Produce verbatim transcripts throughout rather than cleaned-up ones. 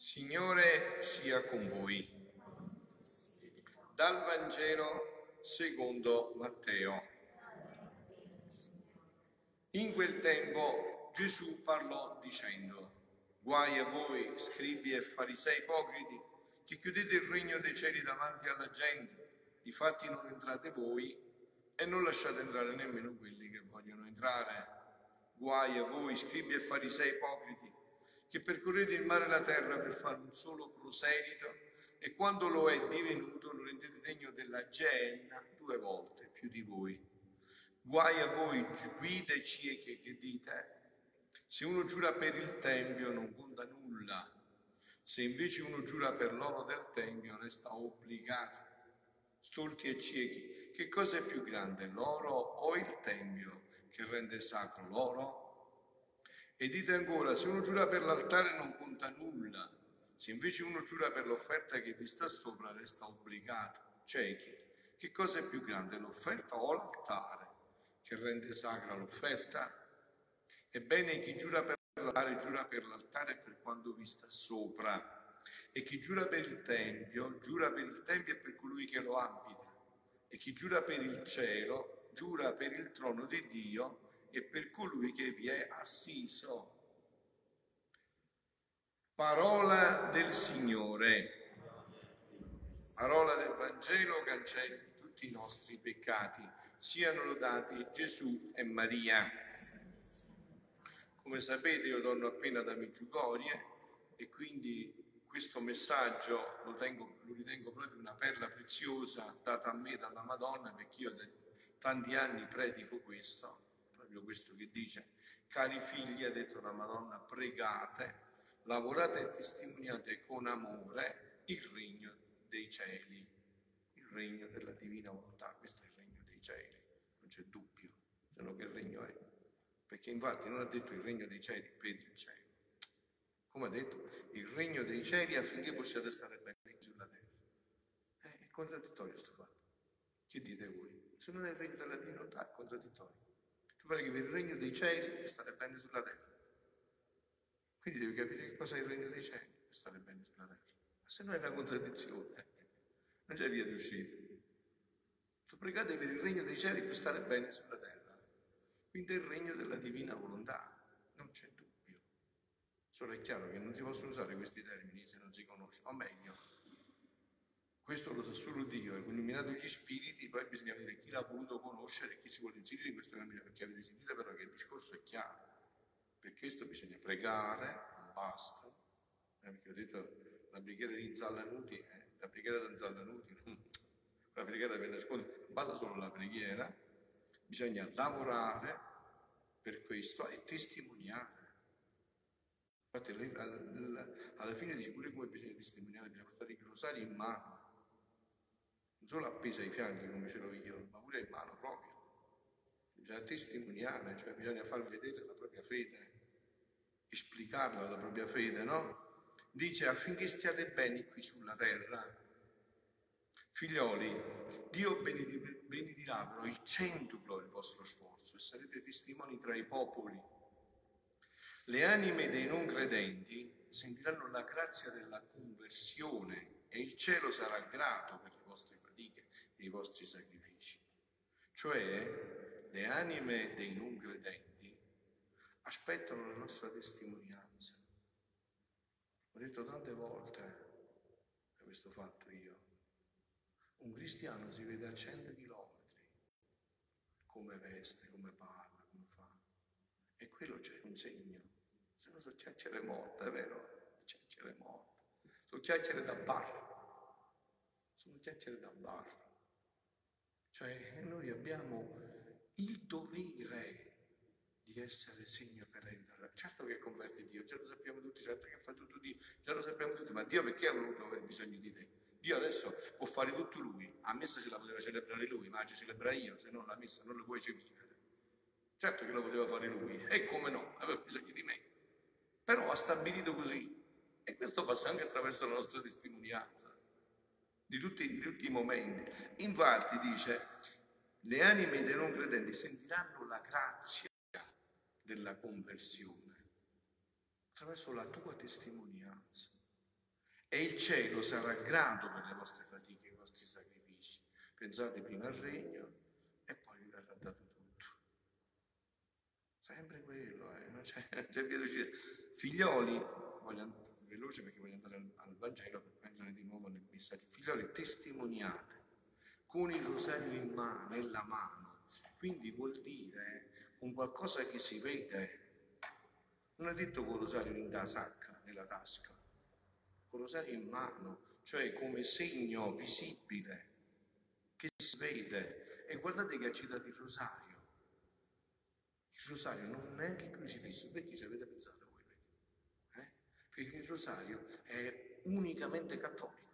Signore sia con voi. Dal Vangelo secondo Matteo. In quel tempo Gesù parlò dicendo: guai a voi, scribi e farisei ipocriti, che chiudete il regno dei cieli davanti alla gente, difatti non entrate voi e non lasciate entrare nemmeno quelli che vogliono entrare. Guai a voi, scribi e farisei ipocriti, che percorrete il mare e la terra per fare un solo proselito, e quando lo è divenuto lo rendete degno della Geenna due volte più di voi. Guai a voi, guide cieche, che dite: se uno giura per il Tempio non conta nulla, se invece uno giura per l'oro del Tempio resta obbligato. Stolti e ciechi, che cosa è più grande, l'oro o il Tempio che rende sacro l'oro? E dite ancora: se uno giura per l'altare non conta nulla, se invece uno giura per l'offerta che vi sta sopra resta obbligato. Ciechi, che cosa è più grande, l'offerta o l'altare che rende sacra l'offerta? Ebbene, chi giura per l'altare giura per l'altare per quanto vi sta sopra, e chi giura per il Tempio giura per il Tempio e per colui che lo abita, e chi giura per il cielo giura per il trono di Dio e per colui che vi è assiso. Parola del Signore. Parola del Vangelo cancelli tutti i nostri peccati. Siano lodati Gesù e Maria. Come sapete, io torno appena da Medjugorje e quindi questo messaggio lo, tengo, lo ritengo proprio una perla preziosa data a me dalla Madonna, perché io da tanti anni predico questo, proprio questo che dice: cari figli, ha detto la Madonna, pregate, lavorate e testimoniate con amore il regno dei cieli, il regno della divina volontà. Questo è il regno dei cieli, non c'è dubbio, se no che regno è? Perché infatti non ha detto il regno dei cieli per il cielo, come ha detto il regno dei cieli affinché possiate stare bene sulla terra. Eh, è contraddittorio sto fatto. Che dite voi? Se non è il regno della divinità è contraddittorio. Tu preghi per il regno dei cieli per stare bene sulla terra. Quindi devi capire che cosa è il regno dei cieli per stare bene sulla terra. Ma se no è una contraddizione, non c'è via di uscita. Tu pregate per il regno dei cieli per stare bene sulla terra. Quindi è il regno della divina volontà, non c'è dubbio. Solo è chiaro che non si possono usare questi termini se non si conosce, o meglio, questo lo sa solo Dio, e illuminato gli spiriti, poi bisogna vedere chi l'ha voluto conoscere e chi si vuole inserire in questo cammino, perché avete sentito però che il discorso è chiaro. Per questo bisogna pregare, non basta, eh, perché ho detto la preghiera di Zallanuti, eh, la preghiera di Zallanuti, la preghiera per nascondere, non basta solo la preghiera, bisogna lavorare per questo e testimoniare. Infatti alla fine dice pure come bisogna testimoniare, bisogna portare i rosari in mano, non solo appesa ai fianchi come ce l'ho io, ma pure in mano proprio. Bisogna testimoniare, cioè bisogna far vedere la propria fede, esplicarla la propria fede, no? Dice affinché stiate bene qui sulla terra. Figlioli, Dio benedirà però il centuplo del vostro sforzo e sarete testimoni tra i popoli. Le anime dei non credenti sentiranno la grazia della conversione e il cielo sarà grato per le vostre fatiche e i vostri sacrifici. Cioè, le anime dei non credenti aspettano la nostra testimonianza. Ho detto tante volte questo fatto io. Un cristiano si vede a cento chilometri, come veste, come parla, come fa. E quello c'è un segno. Se no sono chiacchiere morte, è vero? Chiacchiere morte. Sono chiacchiere da bar. Sono chiacchiere da bar. Cioè noi abbiamo il dovere di essere segno per rendere. Certo che converte Dio, già lo sappiamo tutti, certo che fa tutto Dio, già lo sappiamo tutti, ma Dio perché ha voluto aver bisogno di te? Dio adesso può fare tutto Lui, a messa ce la poteva celebrare Lui, ma ci celebra io, se no la messa non la puoi seguire. Certo che lo poteva fare Lui, e come no, aveva bisogno di me. Però ha stabilito così, e questo passa anche attraverso la nostra testimonianza, di tutti, di tutti i momenti. Infatti dice, le anime dei non credenti sentiranno la grazia della conversione attraverso la tua testimonianza. e il cielo sarà grato per le vostre fatiche e i vostri sacrifici. Pensate prima al regno e poi vi verrà dato tutto. Sempre quello, eh? Non c'è, c'è via d'uscita. Figlioli, voglio andare veloce perché voglio andare al, al Vangelo per prendere di nuovo nel messaggio. Figlioli, testimoniate con il rosario in mano, nella mano. Quindi vuol dire un qualcosa che si vede. Non è detto con il rosario in sacca, nella tasca, con il rosario in mano, cioè come segno visibile che si vede. E guardate che ha citato il rosario. Il rosario non è neanche il crocifisso, perché ci avete pensato voi? Eh? Perché il rosario è unicamente cattolico.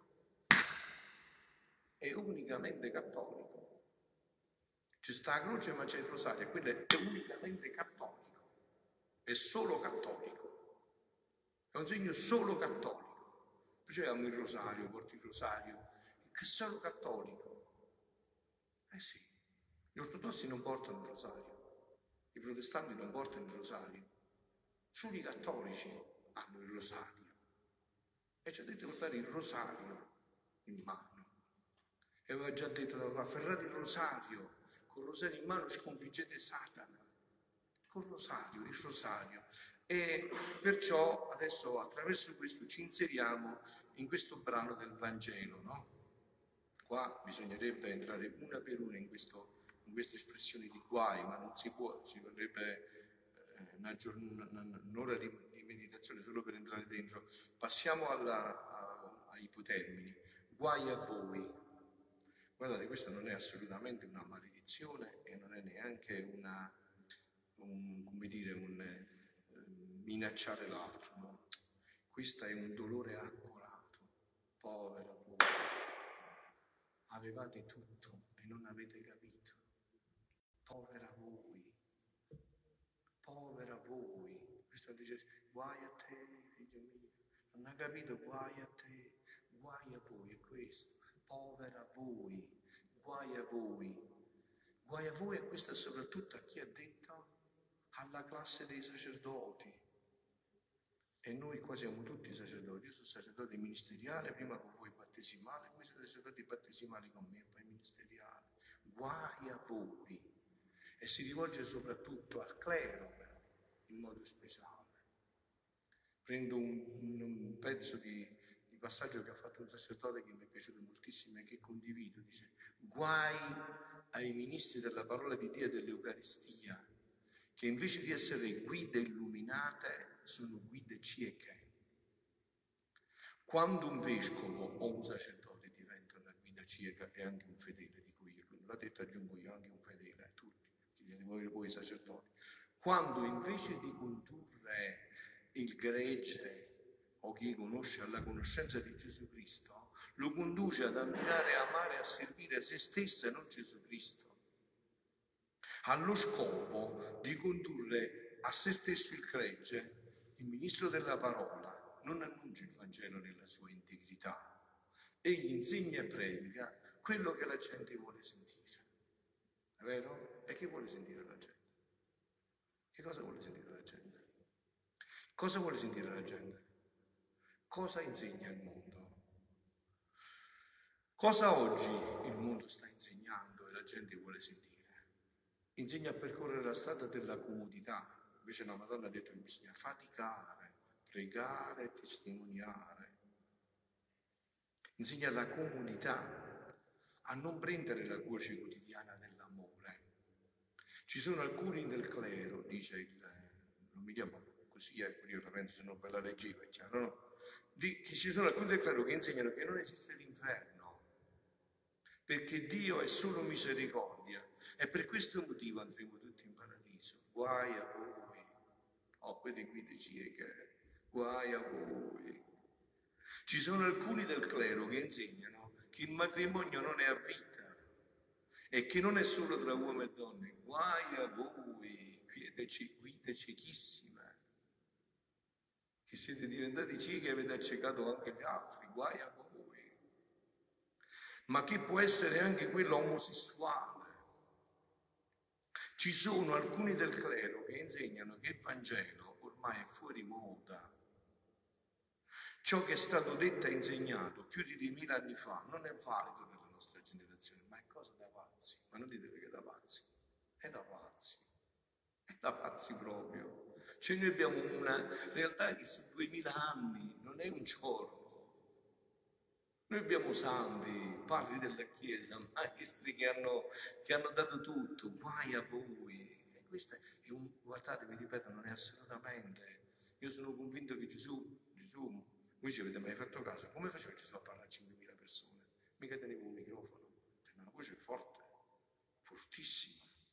È unicamente cattolico. C'è sta la croce ma c'è il rosario, e quello è unicamente cattolico. È solo cattolico, è un segno solo cattolico. Perciò amo il rosario, porti il rosario, che è solo cattolico. Eh sì, gli ortodossi non portano il rosario, i protestanti non portano il rosario, solo i cattolici hanno il rosario. E ci dovete portare il rosario in mano. E aveva già detto, afferrate il rosario, con il rosario in mano sconfiggete Satana. Col rosario, il rosario. E perciò adesso attraverso questo ci inseriamo in questo brano del Vangelo, no? Qua bisognerebbe entrare una per una in, questo, in queste espressioni di guai, ma non si può, ci vorrebbe eh, una giorn- un'ora di, di meditazione solo per entrare dentro. Passiamo alla, a, ai ipotermini. Guai a voi. Guardate, questa non è assolutamente una maledizione e non è neanche una... Un, come dire, un eh, minacciare l'altro, no? Questo è un dolore accolato. Povera voi, avevate tutto e non avete capito. Povera voi, povera voi. Questo dice, guai a te, figlio mio, non hai capito, guai a te, guai a voi, è questo. Povera voi, guai a voi. Guai a voi, e questo soprattutto a chi ha detto? Alla classe dei sacerdoti. E noi qua siamo tutti sacerdoti. Io sono sacerdote ministeriale, prima con voi battesimale, voi siete sacerdoti battesimali con me, poi ministeriale. Guai a voi. E si rivolge soprattutto al clero, però, in modo speciale. Prendo un, un pezzo di, di passaggio che ha fatto un sacerdote che mi è piaciuto moltissimo e che condivido. Dice, guai ai ministri della parola di Dio e dell'Eucaristia, che invece di essere guide illuminate sono guide cieche. Quando un vescovo o un sacerdote diventa una guida cieca e anche un fedele, dico io, non l'ha detto, aggiungo io, anche un fedele, a tutti, voi, voi sacerdoti, quando invece di condurre il gregge o chi conosce alla conoscenza di Gesù Cristo, lo conduce ad ammirare, amare e a servire se stesso e non Gesù Cristo, allo scopo di condurre a se stesso il gregge, il ministro della parola non annuncia il Vangelo nella sua integrità, egli insegna e predica quello che la gente vuole sentire. È vero? E che vuole sentire la gente? Che cosa vuole sentire la gente? Cosa vuole sentire la gente? Cosa insegna il mondo? Cosa oggi il mondo sta insegnando e la gente vuole sentire? Insegna a percorrere la strada della comodità. Invece la Madonna ha detto che bisogna faticare, pregare e testimoniare. Insegna la comodità, a non prendere la croce quotidiana dell'amore. Ci sono alcuni del clero, dice il, non mi chiamo così, ecco, io la penso, se non ve la leggevo, è chiaro, no? Di, ci sono alcuni del clero che insegnano che non esiste l'inferno, perché Dio è solo misericordia, e per questo motivo andremo tutti in paradiso. Guai a voi, oh, quelle guide cieche, guai a voi. Ci sono alcuni del clero che insegnano che il matrimonio non è a vita e che non è solo tra uomo e donne. Guai a voi, guide ciechissime, che siete diventati ciechi e avete accecato anche gli altri. Guai a voi. Ma che può essere anche quello omosessuale. Ci sono alcuni del clero che insegnano che il Vangelo ormai è fuori moda. Ciò che è stato detto e insegnato più di duemila anni fa non è valido nella nostra generazione, ma è cosa da pazzi. Ma non dite che è da pazzi, è da pazzi, è da pazzi proprio. Cioè noi abbiamo una realtà che su duemila anni non è un giorno. Noi abbiamo santi, padri della Chiesa, maestri che hanno, che hanno dato tutto, guai a voi. E questo è un, guardate, vi ripeto, non è assolutamente. Io sono convinto che Gesù, Gesù, voi ci avete mai fatto caso? Come faceva Gesù a parlare a cinquemila persone? Mica tenevo un microfono, teneva una voce forte, fortissima.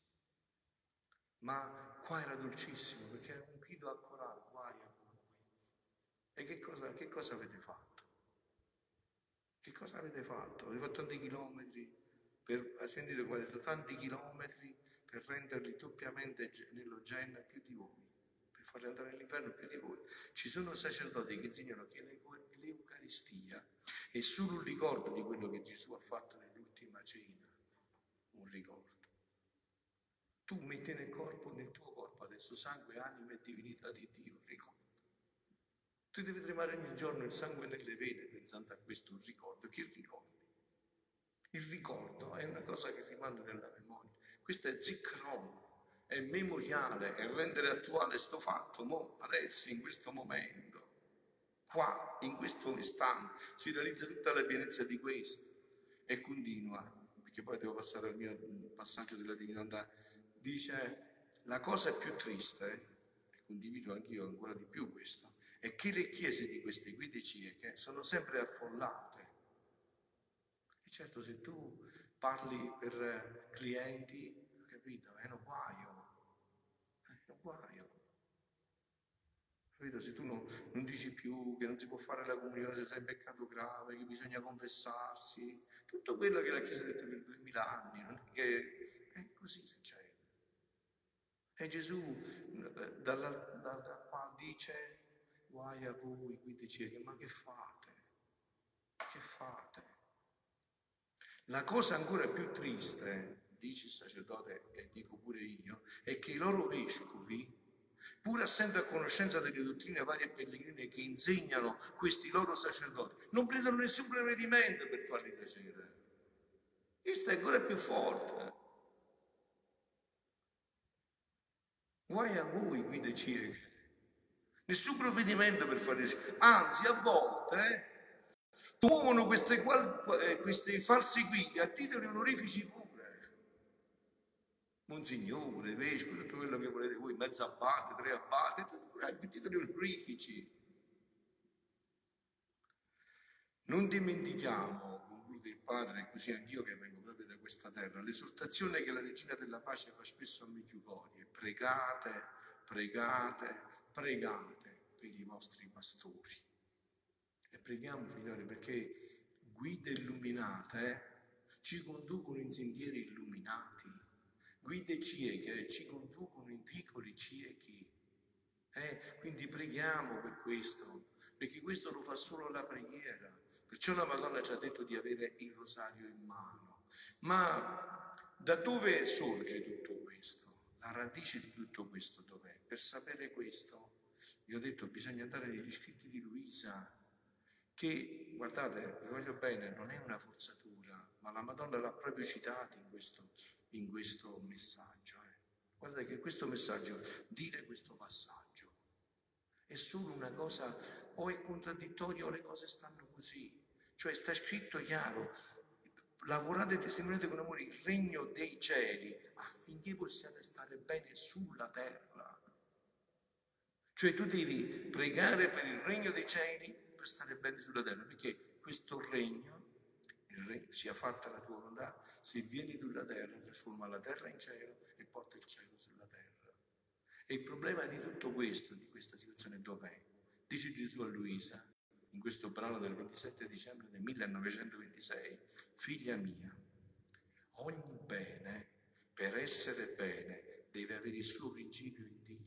Ma qua era dolcissimo perché era un grido al corale, guai a voi. E che cosa, che cosa avete fatto? Che cosa avete fatto? Avete fatto tanti chilometri, per, sentite come ha detto, tanti chilometri per renderli doppiamente nello Gen più di voi, per farli andare all'inferno più di voi. Ci sono sacerdoti che insegnano che l'Eucaristia è solo un ricordo di quello che Gesù ha fatto nell'ultima cena, un ricordo. Tu metti nel corpo, nel tuo corpo adesso sangue, anima e divinità di Dio, un ricordo. Tu devi tremare ogni giorno il sangue nelle vene pensando a questo un ricordo. Che ricordi? Il ricordo è una cosa che rimane nella memoria. Questo è zikron, è memoriale, è rendere attuale sto fatto, mo, adesso, in questo momento, qua, in questo istante, si realizza tutta la pienezza di questo. E continua, perché poi devo passare al mio passaggio della divinità, dice, la cosa più triste, e condivido anch'io ancora di più questo, è che le chiese di queste guide cieche sono sempre affollate. E certo, se tu parli per clienti, capito, è un guaio, è un guaio. Capito? Se tu non, non dici più che non si può fare la comunione se sei in peccato grave, che bisogna confessarsi, tutto quello che la Chiesa ha detto per duemila anni, non è che è così succede. E Gesù dalla, da, da qua dice, guai a voi, guide cieche, ma che fate? Che fate? La cosa ancora più triste, dice il sacerdote e dico pure io, è che i loro vescovi, pur essendo a conoscenza delle dottrine varie e pellegrine che insegnano questi loro sacerdoti, non prendono nessun provvedimento per farli tacere. Questo è ancora più forte. Guai a voi, guide cieche. Nessun provvedimento per farli tacere. Anzi, a volte eh, muovono queste, queste false guide a titoli onorifici pure. Monsignore, vescovo, tutto quello che volete voi, mezzo abate, tre abate, a titoli onorifici. Non dimentichiamo, conclude il padre, e così anch'io che vengo proprio da questa terra, l'esortazione che la Regina della Pace fa spesso a Meggiugorie: pregate, pregate, pregate per i vostri pastori. E preghiamo, figlioli, perché guide illuminate eh, ci conducono in sentieri illuminati, guide cieche ci conducono in vicoli ciechi. Eh? Quindi preghiamo per questo, perché questo lo fa solo la preghiera. Perciò la Madonna ci ha detto di avere il rosario in mano. Ma da dove sorge tutto questo? La radice di tutto questo dov'è? Per sapere questo, vi ho detto, bisogna andare negli scritti di Luisa, che, guardate, vi voglio bene, non è una forzatura, ma la Madonna l'ha proprio citata in questo, in questo messaggio. Eh. Guardate che questo messaggio, dire questo passaggio, è solo una cosa, o è contraddittorio o le cose stanno così. Cioè sta scritto chiaro, lavorate e testimoniate con amore il regno dei cieli affinché possiate stare bene sulla terra. Cioè tu devi pregare per il regno dei cieli per stare bene sulla terra, perché questo regno, il regno sia fatta la tua volontà, se vieni sulla terra trasforma la terra in cielo e porta il cielo sulla terra. E il problema di tutto questo, di questa situazione dov'è? Dice Gesù a Luisa, in questo brano del ventisette dicembre del millenovecentoventisei, figlia mia, ogni bene per essere bene deve avere il suo principio in Dio.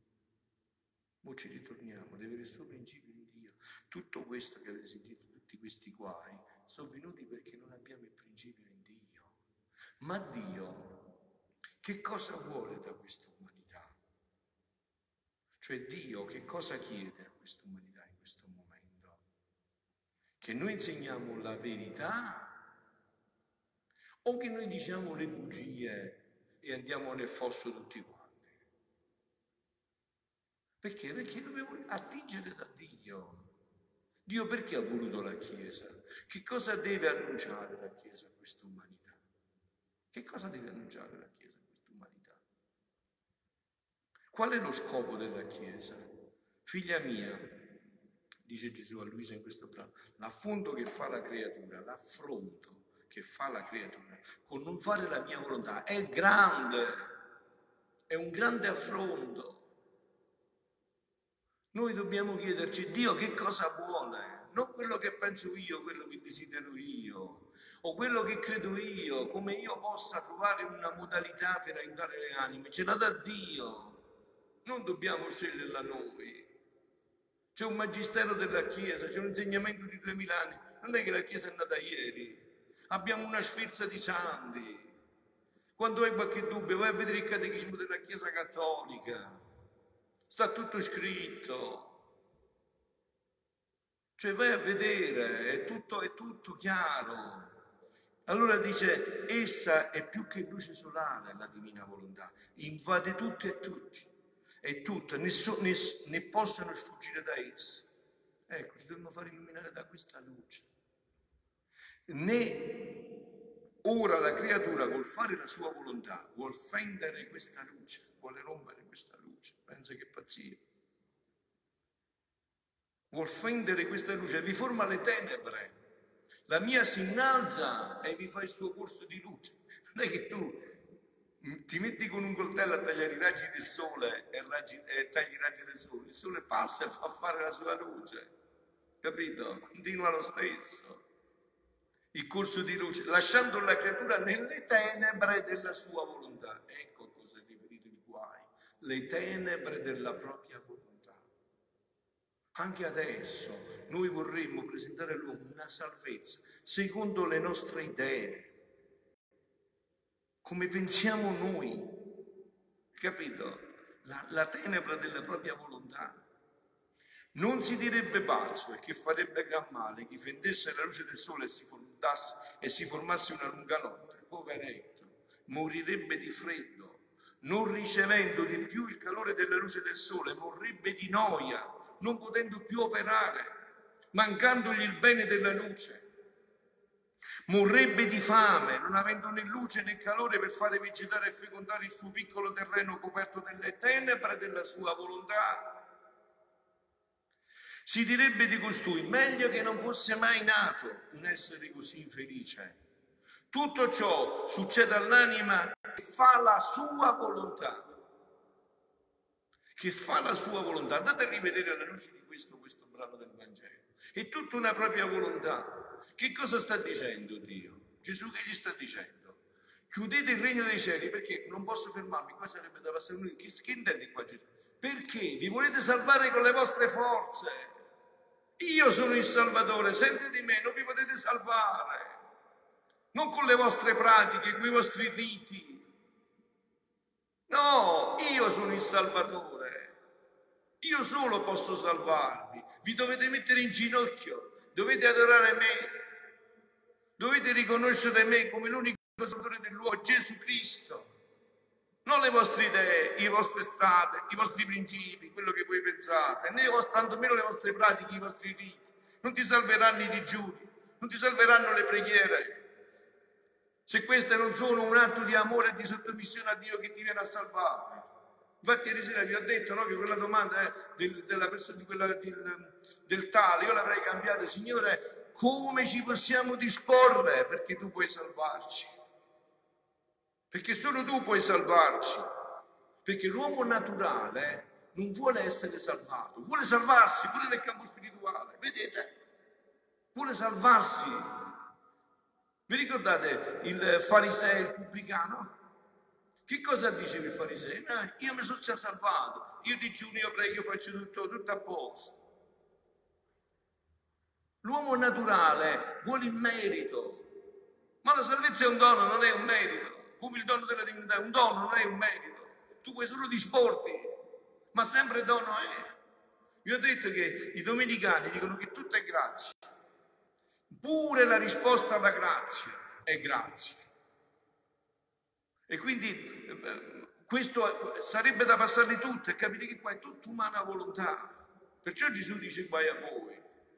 Ora ci ritorniamo, deve avere il suo principio in Dio. Tutto questo che avete sentito, tutti questi guai, sono venuti perché non abbiamo il principio in Dio. Ma Dio, che cosa vuole da questa umanità? Cioè Dio che cosa chiede a questa umanità in questo momento? Che noi insegniamo la verità o che noi diciamo le bugie e andiamo nel fosso tutti quanti? Perché? Perché dobbiamo attingere da Dio. Dio perché ha voluto la Chiesa? Che cosa deve annunciare la Chiesa a questa umanità? Che cosa deve annunciare la Chiesa a questa umanità? Qual è lo scopo della Chiesa? Figlia mia, dice Gesù a Luisa in questo brano, l'affronto che fa la creatura, l'affronto che fa la creatura con non fare la mia volontà è grande, è un grande affronto. Noi dobbiamo chiederci, Dio che cosa vuole? Non quello che penso io, quello che desidero io, o quello che credo io, come io possa trovare una modalità per aiutare le anime. Ce l'ha da Dio, non dobbiamo sceglierla noi. C'è un magistero della Chiesa, c'è un insegnamento di duemila anni. Non è che la Chiesa è nata ieri. Abbiamo una sfilza di santi. Quando hai qualche dubbio, vai a vedere il catechismo della Chiesa Cattolica. Sta tutto scritto. Cioè vai a vedere, è tutto, è tutto chiaro. Allora dice, essa è più che luce solare, la divina volontà. Invade tutto e tutti. E tutto, né, so, né, né possono sfuggire da essa. Ecco, ci dobbiamo far illuminare da questa luce. Né ora la creatura vuol fare la sua volontà, vuol fendere questa luce, vuole rompere questa luce. Pensa che pazzia. Vuol fendere questa luce, vi forma le tenebre. La mia si innalza e vi fa il suo corso di luce. Non è che tu ti metti con un coltello a tagliare i raggi del sole e, raggi, e tagli i raggi del sole, il sole passa e fa fare la sua luce, capito? Continua lo stesso. Il corso di luce, lasciando la creatura nelle tenebre della sua volontà. Ecco a cosa è riferito il guai, le tenebre della propria volontà. Anche adesso noi vorremmo presentare all'uomo una salvezza secondo le nostre idee, come pensiamo noi, capito? La, la tenebra della propria volontà. Non si direbbe pazzo e che farebbe gran male chi fendesse la luce del sole e si, e si formasse una lunga notte. Poveretto, morirebbe di freddo, non ricevendo di più il calore della luce del sole, morrebbe di noia, non potendo più operare, mancandogli il bene della luce. Morrebbe di fame, non avendo né luce né calore per fare vegetare e fecondare il suo piccolo terreno coperto delle tenebre della sua volontà. Si direbbe di costui, meglio che non fosse mai nato un essere così infelice. Tutto ciò succede all'anima che fa la sua volontà. Che fa la sua volontà. Andate a rivedere alla luce di questo, questo brano del Vangelo. È tutta una propria volontà. Che cosa sta dicendo Dio? Gesù che gli sta dicendo? Chiudete il regno dei cieli, perché non posso fermarmi, qua sarebbe da passare lui. Che, che intende qua Gesù? Perché vi volete salvare con le vostre forze? Io sono il Salvatore, senza di me non vi potete salvare. Non con le vostre pratiche, con i vostri riti. No, io sono il Salvatore. Io solo posso salvarvi. Vi dovete mettere in ginocchio, dovete adorare me. Dovete riconoscere me come l'unico Salvatore dell'uomo, Gesù Cristo. Non le vostre idee, le vostre strade, i vostri principi, quello che voi pensate, né tantomeno le vostre pratiche, i vostri riti. Non ti salveranno i digiuni, non ti salveranno le preghiere. Se queste non sono un atto di amore e di sottomissione a Dio che ti viene a salvare. Infatti ieri sera vi ho detto, no, che quella domanda eh, del, della persona di quella, del, del tale, io l'avrei cambiata, Signore, come ci possiamo disporre perché tu puoi salvarci? Perché solo tu puoi salvarci. Perché l'uomo naturale non vuole essere salvato, vuole salvarsi pure nel campo spirituale, vedete? Vuole salvarsi. Vi ricordate il fariseo, il pubblicano? Che cosa diceva il fariseo? No, io mi sono già salvato, io digiuno, io prego, io faccio tutto, tutto a posto. L'uomo naturale vuole il merito, ma la salvezza è un dono, non è un merito. Come il dono della divinità è un dono, non è un merito. Tu puoi solo disporti, ma sempre dono è. Vi ho detto che i domenicani dicono che tutto è grazia. Pure la risposta alla grazia è grazia. E quindi eh, questo sarebbe da passarli tutti e capire che qua è tutta umana volontà. Perciò Gesù dice guai a voi.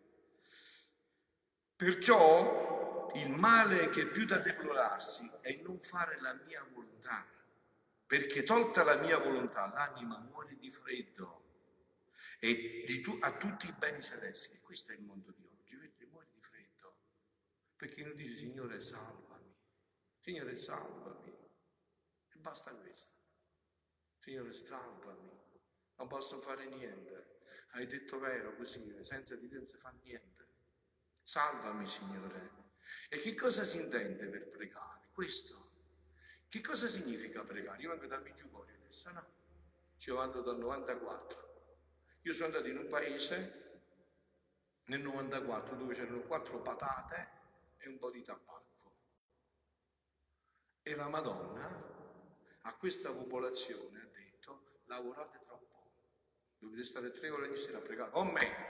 Perciò il male che è più da deplorarsi è il non fare la mia volontà, perché tolta la mia volontà l'anima muore di freddo e di tu, a tutti i beni celesti. E questo è il mondo di oggi, vedete, muore di freddo, perché non dice Signore salvami, Signore salvami, e basta questo. Signore salvami, non posso fare niente, hai detto vero così, senza di te non si fa niente. Salvami, Signore. E che cosa si intende per pregare? Questo. Che cosa significa pregare? Io vengo da Meggiugorio adesso, no? Ci ho andato dal novantaquattro. Io sono andato in un paese nel novantaquattro dove c'erano quattro patate e un po' di tabacco. E la Madonna a questa popolazione ha detto: lavorate troppo, dovete stare tre ore ogni sera a pregare con me.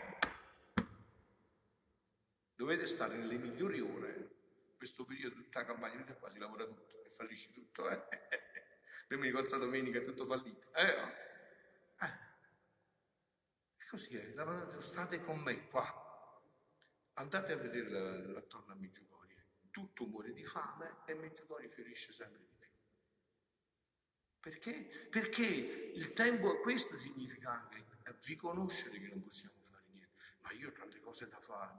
Dovete stare nelle migliori ore. Questo periodo, tutta la campagna, qua si lavora tutto e fallisce tutto. Eh? Poi mi ricordo domenica è tutto fallito. Eh? Eh. E così è. Lavorate, state con me qua. Andate a vedere attorno a Meggiugorio. Tutto muore di fame e Meggiugorio fiorisce sempre di più. Perché? Perché il tempo, questo significa anche riconoscere che non possiamo fare niente. Ma io ho tante cose da fare.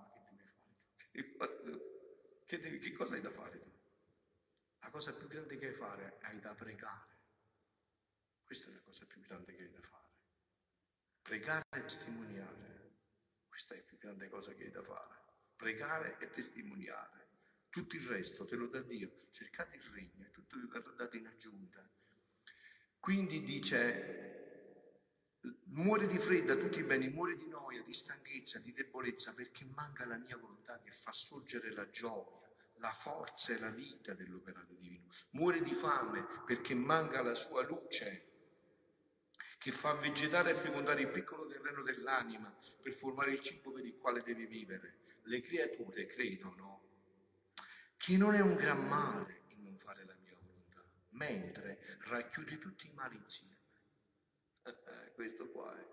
Che, devi, che cosa hai da fare tu? La cosa più grande che hai da fare hai da pregare. Questa è la cosa più grande che hai da fare. Pregare e testimoniare. Questa è la più grande cosa che hai da fare. Pregare e testimoniare. Tutto il resto te lo dà Dio. Cercate il regno e tutto vi verrà dato in aggiunta. Quindi dice: muore di freddo tutti i beni, muore di noia, di stanchezza, di debolezza, perché manca la mia volontà che fa sorgere la gioia, la forza e la vita dell'operato divino. Muore di fame perché manca la sua luce che fa vegetare e fecondare il piccolo terreno dell'anima per formare il cibo per il quale deve vivere. Le creature credono che non è un gran male il non fare la mia volontà, mentre racchiude tutti i mali insieme. Questo qua è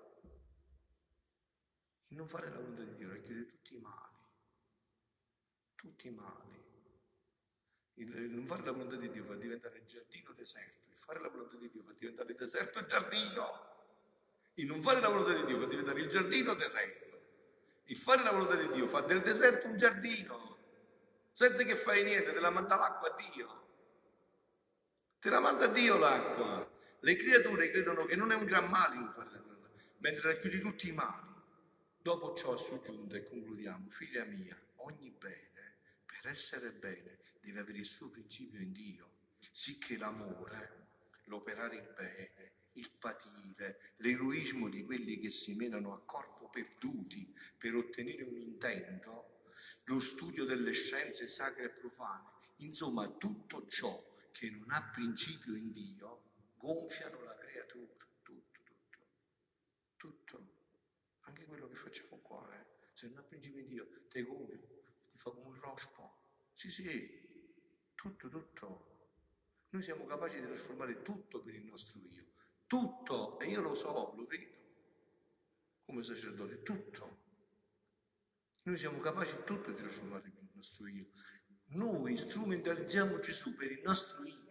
il non fare la volontà di Dio, racchiude tutti i mali, tutti i mali. Il non fare la volontà di Dio fa diventare giardino deserto, il fare la volontà di Dio fa diventare deserto giardino. Il non fare la volontà di Dio fa diventare il giardino deserto. Il fare la volontà di Dio fa del deserto un giardino, senza che fai niente, te la manda l'acqua a Dio. Te la manda Dio l'acqua. Le creature credono che non è un gran male non fare la volontà, mentre racchiudi tutti i mali. Dopo ciò soggiunto e concludiamo: figlia mia, ogni bene, per essere bene, deve avere il suo principio in Dio, sicché l'amore, l'operare il bene, il patire, l'eroismo di quelli che si menano a corpo perduti per ottenere un intento, lo studio delle scienze sacre e profane, insomma tutto ciò che non ha principio in Dio, gonfiano la creatura, tutto, tutto, tutto, anche quello che facciamo qua, eh. Se non ha principio in Dio, te gonfia, ti fa come un rospo, sì sì, tutto, tutto. Noi siamo capaci di trasformare tutto per il nostro io, tutto, e io lo so, lo vedo, come sacerdote, tutto. Noi siamo capaci tutto di trasformare per il nostro io. Noi strumentalizziamo Gesù per il nostro io.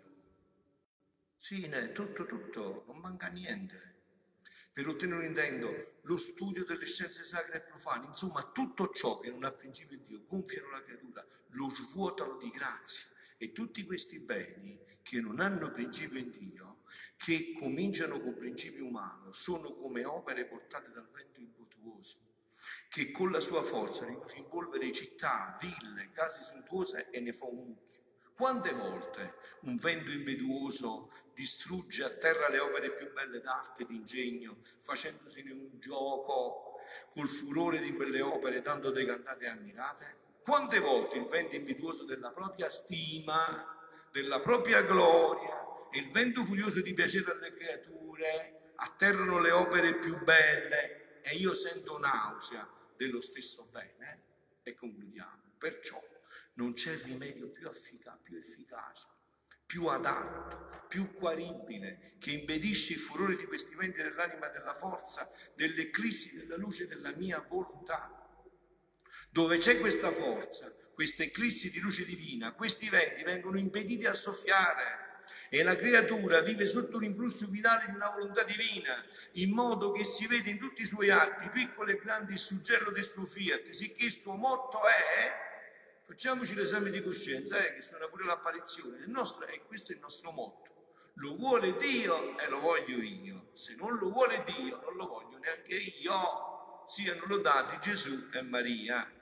Sì, ne, tutto, tutto, non manca niente. Per ottenere un intento, lo studio delle scienze sacre e profane, insomma tutto ciò che non ha principio in Dio, gonfiano la creatura, lo svuotano di grazia. E tutti questi beni che non hanno principio in Dio, che cominciano con principio umano, sono come opere portate dal vento impetuoso, che con la sua forza riduce in polvere città, ville, case sontuose e ne fa un mucchio. Quante volte un vento impetuoso distrugge a terra le opere più belle d'arte e d'ingegno, facendosene un gioco col furore di quelle opere tanto decantate e ammirate? Quante volte il vento impetuoso della propria stima, della propria gloria e il vento furioso di piacere alle creature atterrano le opere più belle e io sento nausea dello stesso bene? E concludiamo. Perciò non c'è rimedio più, effica- più efficace, più adatto, più guaribile, che impedisce il furore di questi venti dell'anima, della forza, dell'eclissi della luce della mia volontà. Dove c'è questa forza, questa eclissi di luce divina, questi venti vengono impediti a soffiare e la creatura vive sotto l'influsso vitale di una volontà divina, in modo che si vede in tutti i suoi atti, piccoli e grandi, il suggello del suo fiat, sicché il suo motto è, facciamoci l'esame di coscienza, eh, che suona pure l'apparizione, il nostro, e questo è il nostro motto: lo vuole Dio e lo voglio io, se non lo vuole Dio non lo voglio neanche io. Siano lodati Gesù e Maria.